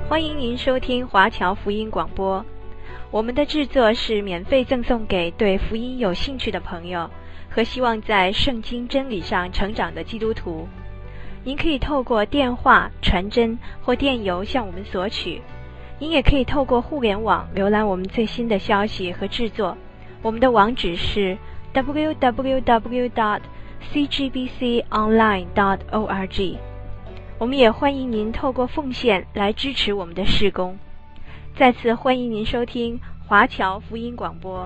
欢迎您收听华侨福音广播。我们的制作是免费赠送给对福音有兴趣的朋友和希望在圣经真理上成长的基督徒。您可以透过电话、传真或电邮向我们索取。您也可以透过互联网浏览我们最新的消息和制作。我们的网址是 www.cgbconline.org。我们也欢迎您透过奉献来支持我们的事工。再次欢迎您收听华侨福音广播。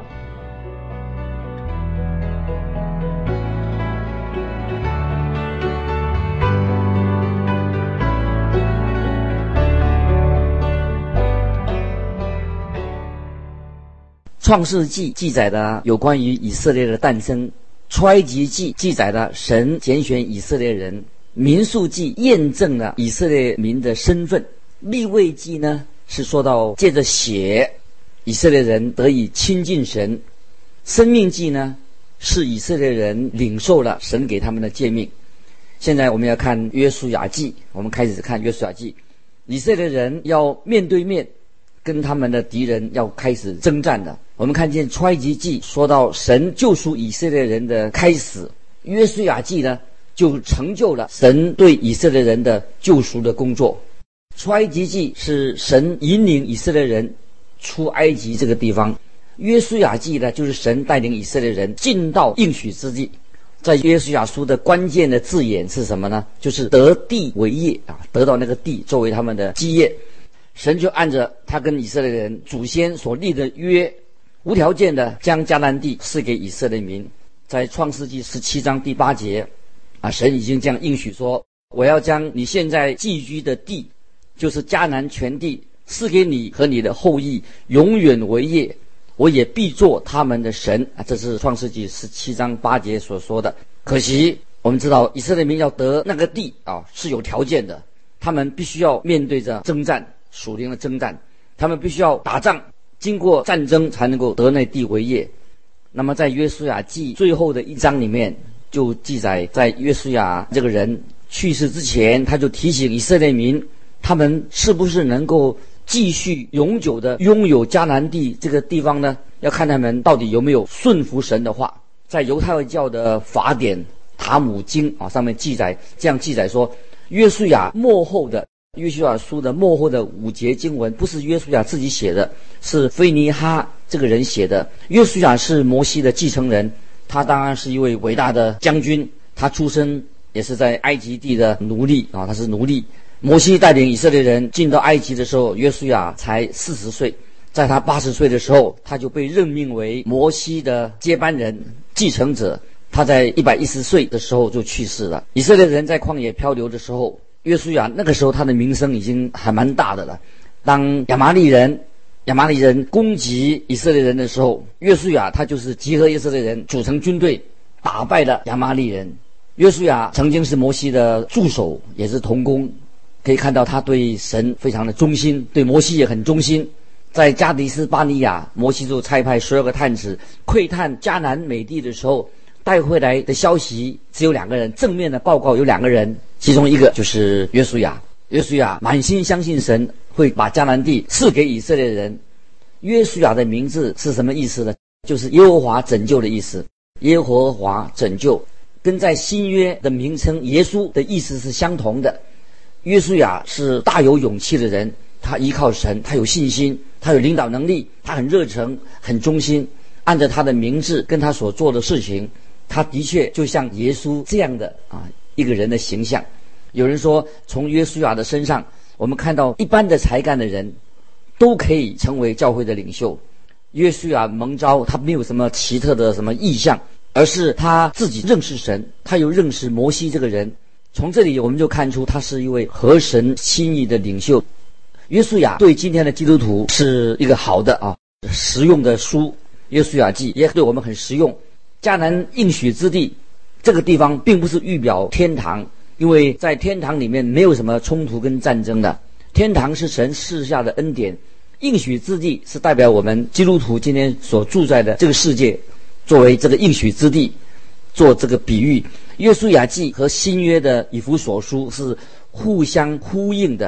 创世纪记载的有关于以色列的诞生，出埃及记记载的神拣选以色列人，民数记验证了以色列民的身份，利未记呢是说到借着血以色列人得以亲近神，生命记呢是以色列人领受了神给他们的诫命。现在我们要看约书亚记，我们开始看约书亚记。以色列人要面对面跟他们的敌人要开始征战的。我们看见出埃及记说到神救赎以色列人的开始，约书亚记呢就成就了神对以色列人的救赎的工作。出埃及记是神引领以色列人出埃及这个地方，约书亚记呢就是神带领以色列人进到应许之地。在约书亚书的关键的字眼是什么呢？就是得地为业啊，得到那个地作为他们的基业。神就按着他跟以色列人祖先所立的约，无条件的将迦南地赐给以色列民。在创世纪17章第8节啊，神已经这样应许说，我要将你现在寄居的地，就是迦南全地，赐给你和你的后裔，永远为业，我也必做他们的神啊。这是创世纪17章8节所说的。可惜我们知道以色列民要得那个地啊是有条件的，他们必须要面对着征战，属灵的征战，他们必须要打仗，经过战争才能够得那地为业。那么在约书亚记最后的一章里面就记载，在约书亚这个人去世之前，他就提醒以色列民，他们是不是能够继续永久的拥有迦南地这个地方呢？要看他们到底有没有顺服神的话。在犹太教的法典塔姆经啊上面记载，这样记载说，约书亚末后的约书亚书的末后的5节经文不是约书亚自己写的，是菲尼哈这个人写的。约书亚是摩西的继承人，他当然是一位伟大的将军，他出生也是在埃及地的奴隶啊，他是奴隶。摩西带领以色列人进到埃及的时候，约书亚才40岁，在他80岁的时候，他就被任命为摩西的接班人、继承者。他在110岁的时候就去世了。以色列人在旷野漂流的时候，约书亚那个时候他的名声已经还蛮大的了。当亚玛利人攻击以色列人的时候，约书亚他就是集合以色列人组成军队，打败了亚玛利人。约书亚曾经是摩西的助手，也是同工，可以看到他对神非常的忠心，对摩西也很忠心。在加迪斯巴尼亚，摩西就差派12个探子窥探迦南美地的时候，带回来的消息只有2个人，正面的报告有2个人，其中一个就是约书亚。约书亚满心相信神会把迦南地赐给以色列人。约书亚的名字是什么意思呢？就是耶和华拯救的意思。耶和华拯救跟在新约的名称耶稣的意思是相同的。约书亚是大有勇气的人，他依靠神，他有信心，他有领导能力，他很热诚，很忠心，按照他的名字跟他所做的事情，他的确就像耶稣这样的一个人的形象。有人说，从约书亚的身上我们看到一般的才干的人都可以成为教会的领袖。约书亚蒙召，他没有什么奇特的什么意象，而是他自己认识神，他又认识摩西这个人。从这里我们就看出他是一位合神心意的领袖。约书亚对今天的基督徒是一个好的实用的书，约书亚记也对我们很实用。迦南应许之地这个地方并不是预表天堂，因为在天堂里面没有什么冲突跟战争的，天堂是神赐下的恩典，应许之地是代表我们基督徒今天所住在的这个世界，作为这个应许之地做这个比喻。约书亚记和新约的以弗所书是互相呼应的，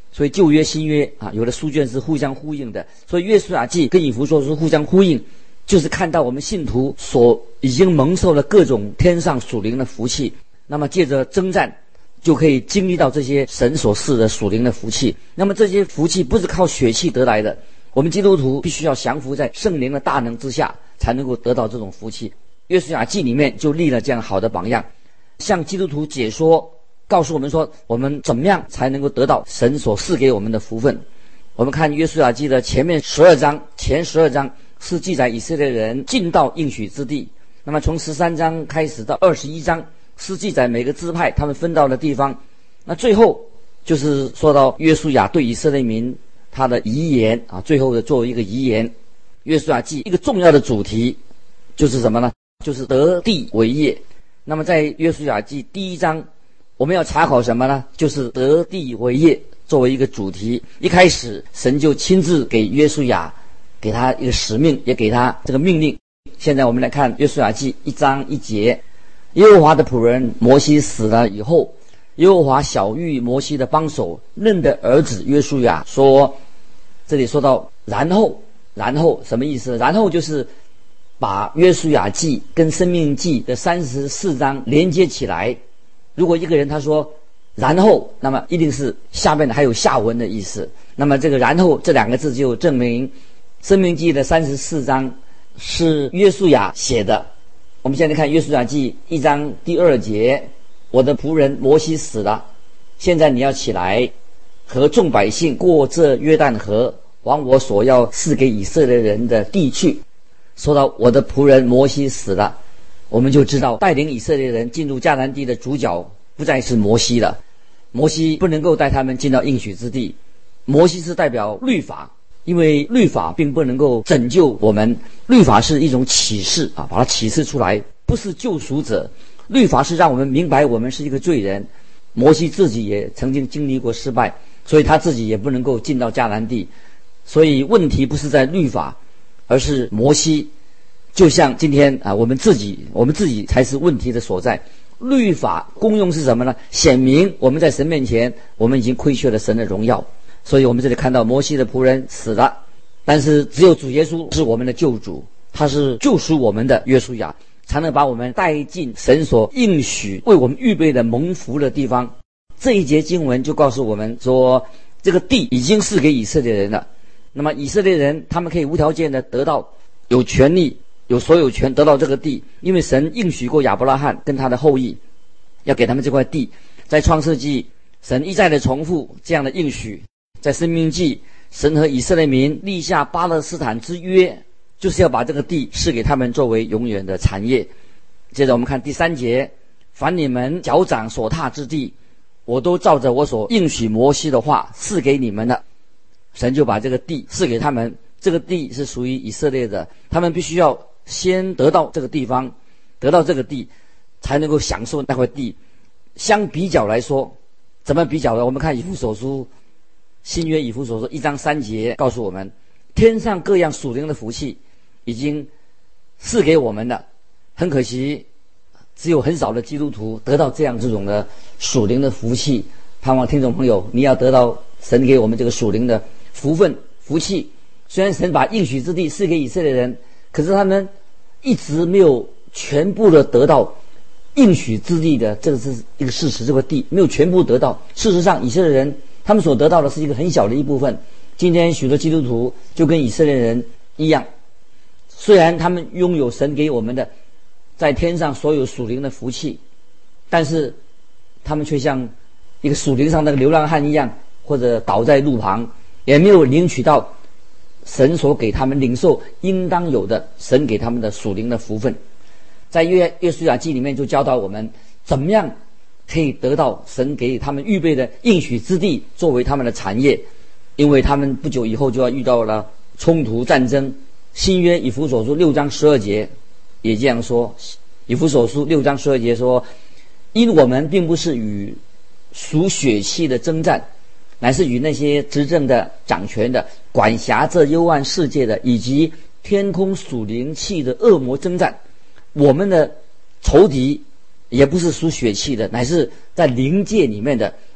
所以旧约新约有的书卷是互相呼应的，所以约书亚记跟以弗所书互相呼应，就是看到我们信徒所已经蒙受了各种天上属灵的福气，那么借着征战就可以经历到这些神所赐的属灵的福气。那么这些福气不是靠血气得来的，我们基督徒必须要降服在圣灵的大能之下，才能够得到这种福气。约书亚记里面就立了这样好的榜样，向基督徒解说，告诉我们说我们怎么样才能够得到神所赐给我们的福分。我们看约书亚记的前面12章，前12章是记载以色列人进到应许之地，那么从13章开始到21章是记载每个支派他们分到的地方，那最后就是说到约书亚对以色列民他的遗言最后的作为一个遗言。约书亚记一个重要的主题就是什么呢？就是得地为业。那么在约书亚记第1章我们要查考什么呢？就是得地为业作为一个主题。一开始神就亲自给约书亚给他一个使命，也给他这个命令。现在我们来看约书亚记1章1节，耶和华的仆人摩西死了以后，耶和华晓谕摩西的帮手嫩的儿子约书亚说，这里说到然后什么意思？然后就是把约书亚记跟申命记的34章连接起来。如果一个人他说然后，那么一定是下面的还有下文的意思。那么这个然后这2个字就证明申命记的34章是约书亚写的。我们现在看约书亚记1章第2节，我的仆人摩西死了，现在你要起来和众百姓过这约旦河，往我所要赐给以色列人的地去。说到我的仆人摩西死了，我们就知道带领以色列人进入迦南地的主角不再是摩西了。摩西不能够带他们进到应许之地，摩西是代表律法，因为律法并不能够拯救我们，律法是一种启示把它启示出来，不是救赎者。律法是让我们明白我们是一个罪人，摩西自己也曾经经历过失败，所以他自己也不能够进到迦南地。所以问题不是在律法，而是摩西。就像今天我们自己才是问题的所在。律法功用是什么呢？显明我们在神面前我们已经亏缺了神的荣耀。所以我们这里看到摩西的仆人死了，但是只有主耶稣是我们的救主，他是救赎我们的约书亚，才能把我们带进神所应许为我们预备的蒙福的地方。这一节经文就告诉我们说，这个地已经是给以色列人了。那么以色列人他们可以无条件的得到，有权利有所有权得到这个地，因为神应许过亚伯拉罕跟他的后裔要给他们这块地。在创世纪神一再的重复这样的应许，在申命记神和以色列民立下巴勒斯坦之约，就是要把这个地赐给他们作为永远的产业。接着我们看第3节，凡你们脚掌所踏之地，我都照着我所应许摩西的话赐给你们了。神就把这个地赐给他们，这个地是属于以色列的，他们必须要先得到这个地方，得到这个地才能够享受那块地。相比较来说，怎么比较呢？我们看以弗所书，新约以弗所书1章3节告诉我们，天上各样属灵的福气已经赐给我们了。很可惜只有很少的基督徒得到这种的属灵的福气。盼望听众朋友你要得到神给我们这个属灵的福分福气。虽然神把应许之地赐给以色列人，可是他们一直没有全部的得到应许之地的，这个是一个事实，这个地没有全部得到。事实上以色列人他们所得到的是一个很小的一部分。今天许多基督徒就跟以色列人一样，虽然他们拥有神给我们的在天上所有属灵的福气，但是他们却像一个属灵上的流浪汉一样，或者倒在路旁，也没有领取到神所给他们领受应当有的神给他们的属灵的福分。在约书亚记里面就教导我们怎么样可以得到神给他们预备的应许之地作为他们的产业，因为他们不久以后就要遇到了冲突战争。新约以弗所书6章12节也这样说，以弗所书6章12节说，因我们并不是与属血气的征战，乃是与那些执政的掌权的管辖这幽暗世界的以及天空属灵气的恶魔征战。我们的仇敌也不是属血气的，乃是在灵界里面的，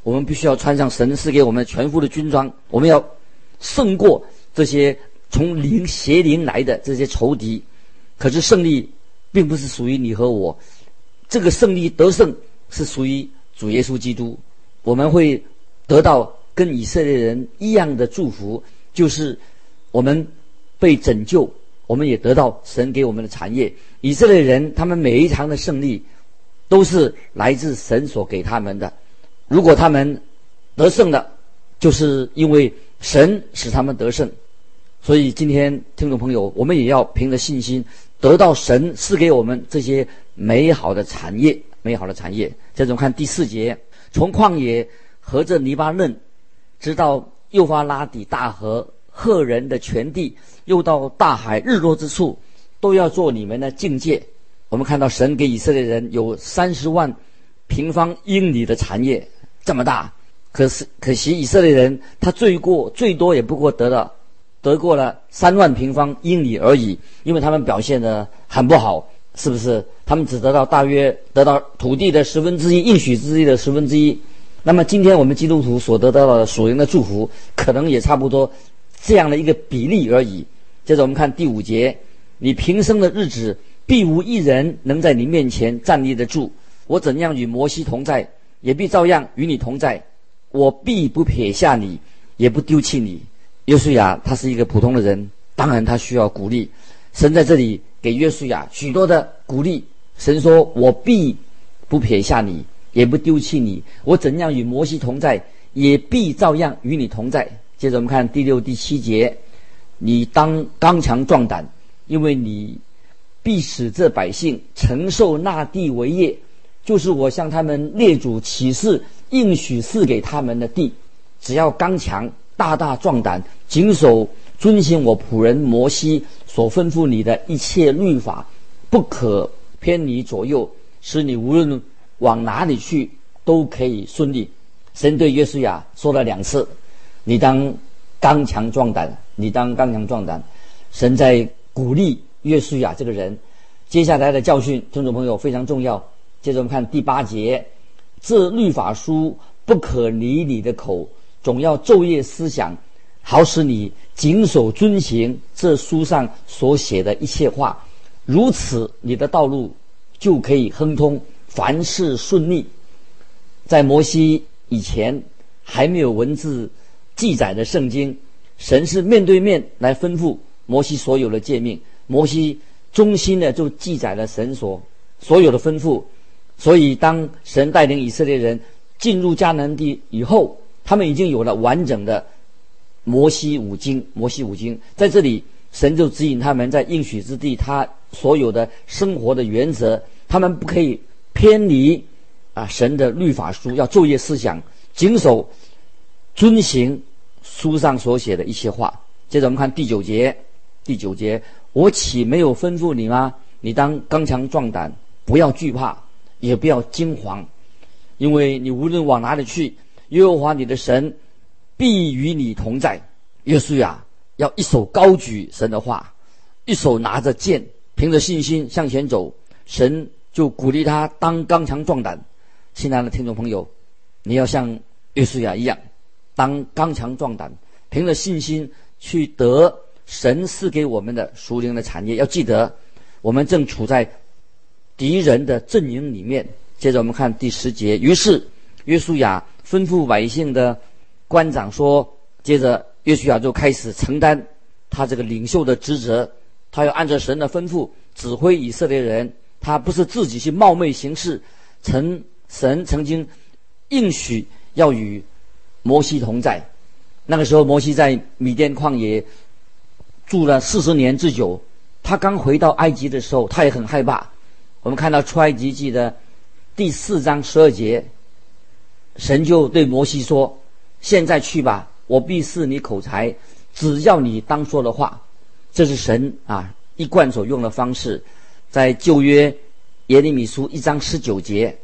我们必须要穿上神赐给我们全副的军装，我们要胜过这些从邪灵来的这些仇敌。可是胜利并不是属于你和我，这个胜利得胜是属于主耶稣基督。我们会得到跟以色列人一样的祝福，就是我们被拯救，我们也得到神给我们的产业。以色列人他们每一场的胜利都是来自神所给他们的，如果他们得胜了，就是因为神使他们得胜。所以今天听众朋友，我们也要凭着信心得到神赐给我们这些美好的产业。接着我们看第4节，从旷野和着黎巴嫩，直到幼发拉底大河赫人的全地，又到大海日落之处，都要做你们的境界。我们看到神给以色列人有30万平方英里的产业，这么大。可惜以色列人他最多也不过得过了3万平方英里而已，因为他们表现得很不好，是不是？他们只大约得到土地的1/10，应许之地的1/10。那么今天我们基督徒所得到的属灵的祝福，可能也差不多这样的一个比例而已。接着我们看第5节，你平生的日子，必无一人能在你面前站立得住。我怎样与摩西同在，也必照样与你同在。我必不撇下你，也不丢弃你。约书亚他是一个普通的人，当然他需要鼓励。神在这里给约书亚许多的鼓励。神说，我必不撇下你，也不丢弃你。我怎样与摩西同在，也必照样与你同在。接着我们看第6、第7节，你当刚强壮胆，因为你必使这百姓承受那地为业，就是我向他们列祖起誓应许赐给他们的地。只要刚强，大大壮胆，谨守遵行我仆人摩西所吩咐你的一切律法，不可偏离左右，使你无论往哪里去都可以顺利。神对约书亚说了2次，你当刚强壮胆，你当刚强壮胆。神在鼓励约书亚这个人。接下来的教训，听众朋友非常重要。接着我们看第8节，这律法书不可离你的口，总要昼夜思想，好使你谨守遵行这书上所写的一切话，如此你的道路就可以亨通，凡事顺利。在摩西以前还没有文字记载的圣经，神是面对面来吩咐摩西所有的诫命，摩西忠心的就记载了神所有的吩咐。所以当神带领以色列人进入迦南地以后，他们已经有了完整的摩西五经。在这里神就指引他们在应许之地他所有的生活的原则，他们不可以偏离神的律法书，要昼夜思想，谨守遵行书上所写的一切话。接着我们看第9节，我岂没有吩咐你吗？你当刚强壮胆，不要惧怕，也不要惊惶，因为你无论往哪里去，耶和华你的神必与你同在。约书亚要一手高举神的话，一手拿着剑，凭着信心向前走。神就鼓励他当刚强壮胆。亲爱的听众朋友，你要像约书亚一样，当刚强壮胆，凭着信心去得神赐给我们的属灵的产业。要记得，我们正处在敌人的阵营里面。接着我们看第10节，于是约书亚吩咐百姓的官长说，接着约书亚就开始承担他这个领袖的职责，他要按照神的吩咐指挥以色列人，他不是自己去冒昧行事。神曾经应许要与摩西同在，那个时候摩西在米甸旷野住了40年之久，他刚回到埃及的时候，他也很害怕。我们看到出埃及记的第4章12节，神就对摩西说，现在去吧，我必赐你口才，只要你当说的话。这是神一贯所用的方式。在旧约耶利米书1章19节，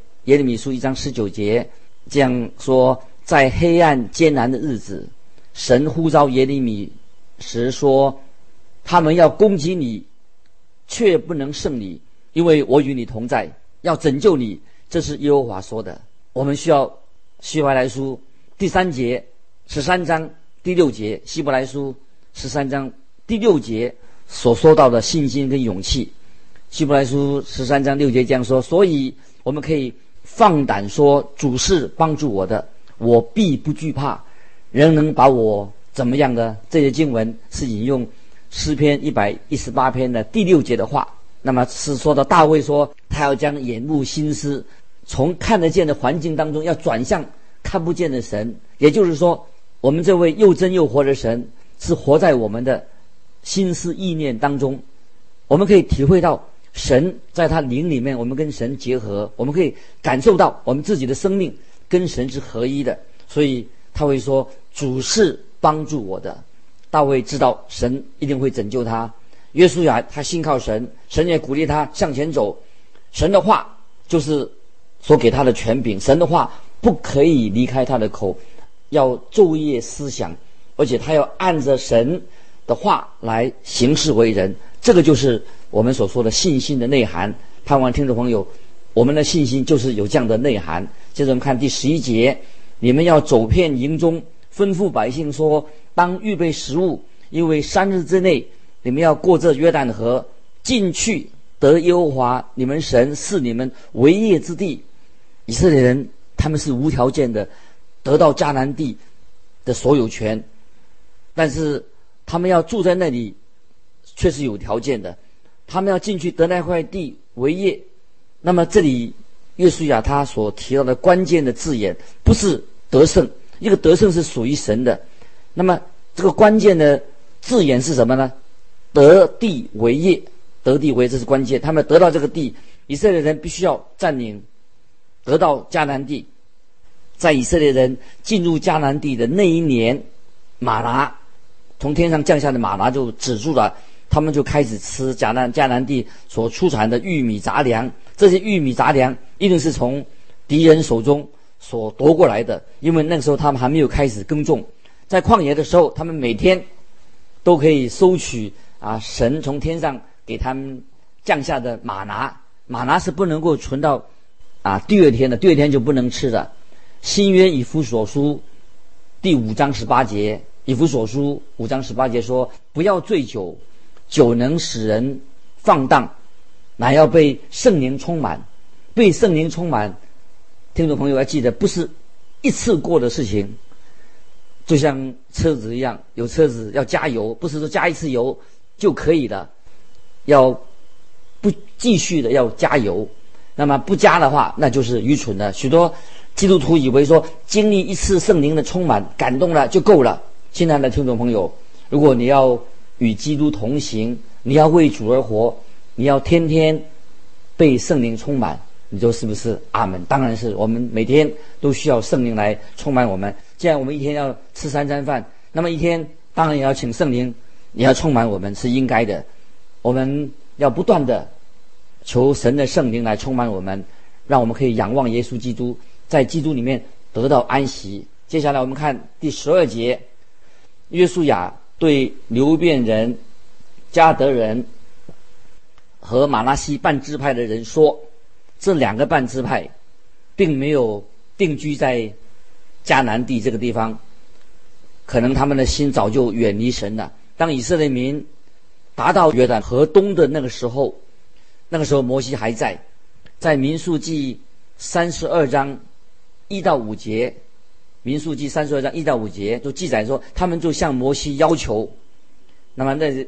这样说，在黑暗艰难的日子，神呼召耶利米时说，他们要攻击你，却不能胜你，因为我与你同在，要拯救你。这是耶和华说的。我们需要希伯来书第3节13章第6节，希伯来书13章第6节所说到的信心跟勇气。希伯来书13章6节这样说，所以我们可以放胆说，主是帮助我的，我必不惧怕，人能把我怎么样的？这些经文是引用诗篇118篇的第6节的话。那么是说到大卫说，他要将眼目心思从看得见的环境当中要转向看不见的神，也就是说，我们这位又真又活的神是活在我们的心思意念当中。我们可以体会到神在他灵里面，我们跟神结合，我们可以感受到我们自己的生命跟神是合一的。所以他会说，主是帮助我的。大卫知道神一定会拯救他。约书亚他信靠神，神也鼓励他向前走。神的话就是所给他的权柄，神的话不可以离开他的口，要昼夜思想，而且他要按着神的话来行事为人。这个就是我们所说的信心的内涵。盼望听众朋友，我们的信心就是有这样的内涵。接着我们看第11节，你们要走遍营中，吩咐百姓说，当预备食物，因为3日之内你们要过这约旦河，进去得耶和华你们神赐你们为业之地。以色列人他们是无条件的得到迦南地的所有权，但是他们要住在那里却是有条件的，他们要进去得那块地为业。那么这里约书亚他所提到的关键的字眼不是得胜，一个得胜是属于神的。那么这个关键的字眼是什么呢？得地为业，得地为业，这是关键。他们得到这个地，以色列人必须要占领得到迦南地。在以色列人进入迦南地的那一年，玛拿从天上降下的玛拿就止住了，他们就开始吃迦南地所出产的玉米杂粮。这些玉米杂粮一定是从敌人手中所夺过来的，因为那个时候他们还没有开始耕种。在旷野的时候，他们每天都可以收取神从天上给他们降下的玛拿。玛拿是不能够存到第二天的，第二天就不能吃的。新约以弗所书第5章18节，以弗所书5章18节说，不要醉酒，酒能使人放荡，乃要被圣灵充满。被圣灵充满，听众朋友要记得，不是一次过的事情。就像车子一样，有车子要加油，不是说加一次油就可以了，要不继续的要加油。那么不加的话，那就是愚蠢的。许多基督徒以为说经历一次圣灵的充满感动了就够了。亲爱的听众朋友，如果你要与基督同行，你要为主而活，你要天天被圣灵充满，你说是不是？阿们。当然是，我们每天都需要圣灵来充满我们。既然我们一天要吃3餐饭，那么一天当然也要请圣灵，也要充满我们，是应该的。我们要不断的求神的圣灵来充满我们，让我们可以仰望耶稣基督，在基督里面得到安息。接下来我们看第12节，约书亚对流便人、迦得人和玛拿西半支派的人说，这2个半支派并没有定居在迦南地这个地方，可能他们的心早就远离神了。当以色列民达到约旦河东的那个时候，摩西还在。在民数记32章1到5节，民数记32章1到5节就记载说，他们就向摩西要求。那么那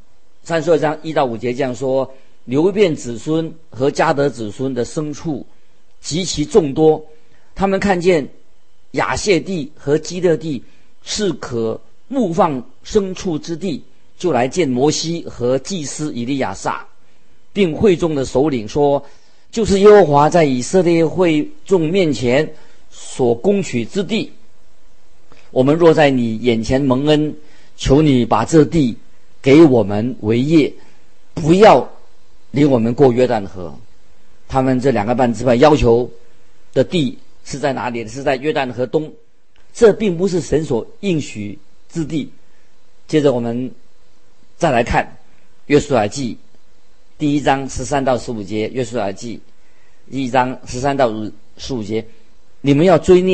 32章1到5节这样说，流便子孙和迦得子孙的牲畜极其众多，他们看见亚谢地和基勒地是可牧放牲畜之地，就来见摩西和祭司以利亚撒，并会众的首领说，就是耶和华在以色列会众面前所攻取之地，我们若在你眼前蒙恩，求你把这地给我们为业，不要领我们过约旦河。他们这2个半支派要求的地是在哪里？是在约旦河东，这并不是神所应许之地。接着我们再来看约书亚记第1章13到15节，约书亚记1章13到15节，你们要追念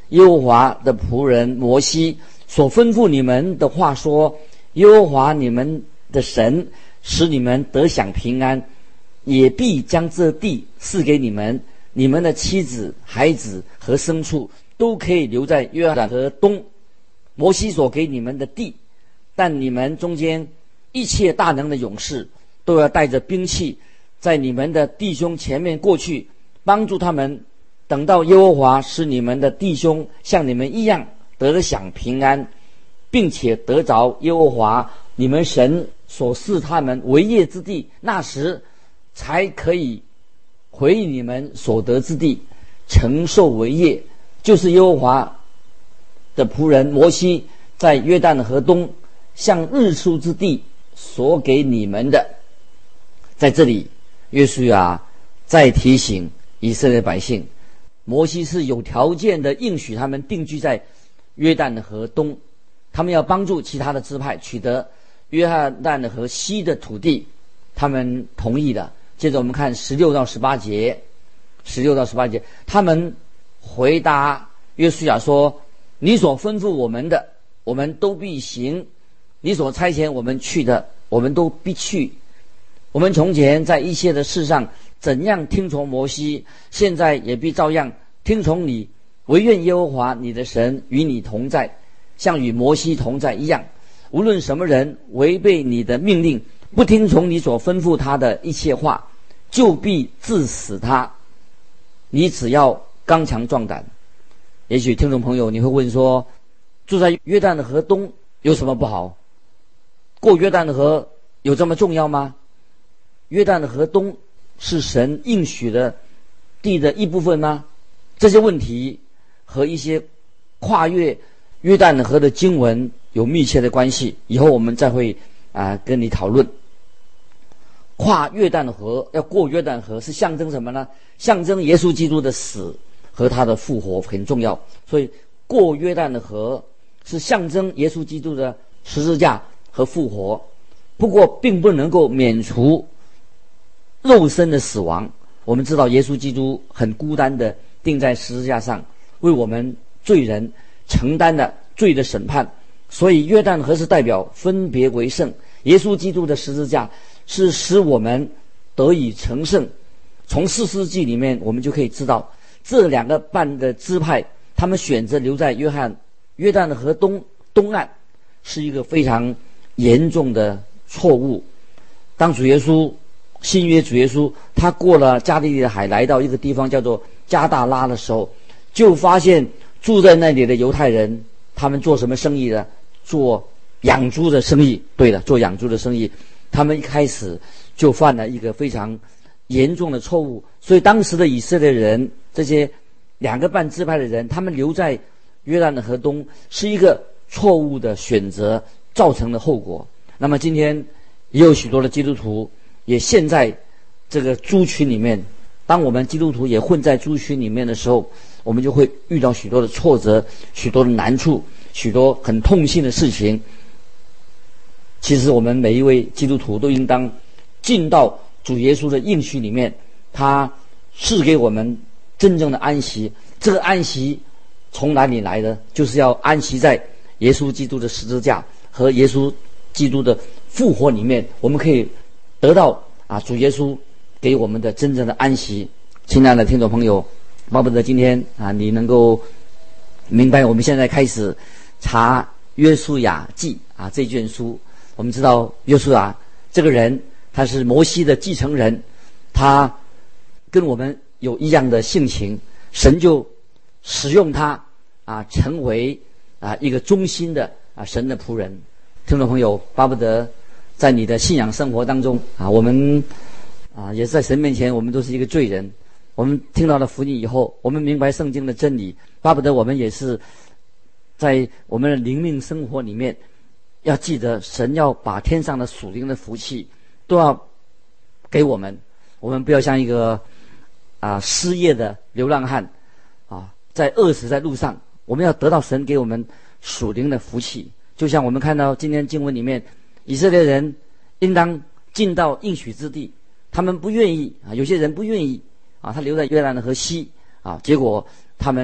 耶和华的仆人摩西所吩咐你们的话说，耶和华你们的神使你们得享平安，也必将这地赐给你们，你们的妻子、孩子和牲畜都可以留在约旦河东摩西所给你们的地，但你们中间一切大能的勇士都要带着兵器，在你们的弟兄前面过去，帮助他们，等到耶和华使你们的弟兄像你们一样得享平安，并且得着耶和华你们神所赐他们为业之地，那时才可以回你们所得之地，承受为业，就是耶和华的仆人摩西在约旦河东向日出之地所给你们的。在这里约书亚再提醒以色列百姓，摩西是有条件的应许他们定居在约旦河东，他们要帮助其他的支派取得约旦河西的土地，他们同意的。接着我们看16到18节，他们回答约书亚说，你所吩咐我们的，我们都必行；你所差遣我们去的，我们都必去。我们从前在一切的事上怎样听从摩西，现在也必照样听从你，惟愿耶和华你的神与你同在，像与摩西同在一样。无论什么人违背你的命令，不听从你所吩咐他的一切话，就必治死他。你只要刚强壮胆。也许听众朋友你会问说，住在约旦河东有什么不好？过约旦河有这么重要吗？约旦河东是神应许的地的一部分吗？这些问题和一些跨越约旦河的经文有密切的关系，以后我们再会跟你讨论。跨约旦河，要过约旦河是象征什么呢？象征耶稣基督的死和他的复活，很重要。所以过约旦的河是象征耶稣基督的十字架和复活，不过并不能够免除肉身的死亡。我们知道耶稣基督很孤单的钉在十字架上，为我们罪人承担了罪的审判，所以约旦河是代表分别为圣。耶稣基督的十字架是使我们得以成圣。从士师记里面我们就可以知道，这两个半的支派他们选择留在约旦河东岸，是一个非常严重的错误。当主耶稣新约主耶稣他过了加利利的海，来到一个地方叫做加大拉的时候，就发现住在那里的犹太人，他们做什么生意呢？做养猪的生意。对了，做养猪的生意。他们一开始就犯了一个非常严重的错误，所以当时的以色列人，这些两个半支派的人，他们留在约旦的河东是一个错误的选择造成的后果。那么今天也有许多的基督徒也陷在这个猪群里面，当我们基督徒也混在猪群里面的时候，我们就会遇到许多的挫折，许多的难处，许多很痛心的事情。其实我们每一位基督徒都应当进到主耶稣的应许里面，他赐给我们真正的安息。这个安息从哪里来的？就是要安息在耶稣基督的十字架和耶稣基督的复活里面，我们可以得到主耶稣给我们的真正的安息。亲爱的听众朋友，巴不得今天你能够明白，我们现在开始查约书亚记这卷书。我们知道约书亚这个人，他是摩西的继承人，他跟我们有一样的性情，神就使用他成为一个忠心的神的仆人。听众朋友，巴不得在你的信仰生活当中我们也是在神面前，我们都是一个罪人。我们听到了福音以后，我们明白圣经的真理，巴不得我们也是在我们的灵命生活里面，要记得神要把天上的属灵的福气都要给我们。我们不要像一个失业的流浪汉在饿死在路上。我们要得到神给我们属灵的福气。就像我们看到今天经文里面，以色列人应当进到应许之地，他们不愿意有些人不愿意他留在约旦河西结果他们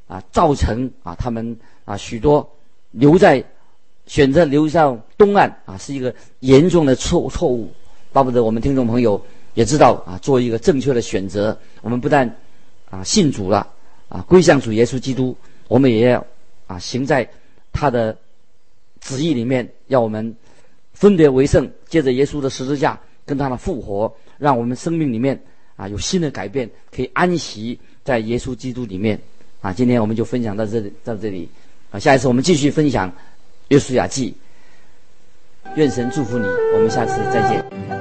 造成他们许多选择留在东岸是一个严重的错误。巴不得我们听众朋友也知道做一个正确的选择。我们不但信主了归向主耶稣基督，我们也要行在他的旨意里面，要我们分别为圣，借着耶稣的十字架跟他的复活，让我们生命里面有新的改变，可以安息在耶稣基督里面。今天我们就分享到这里下一次我们继续分享约书亚记。愿神祝福你，我们下次再见。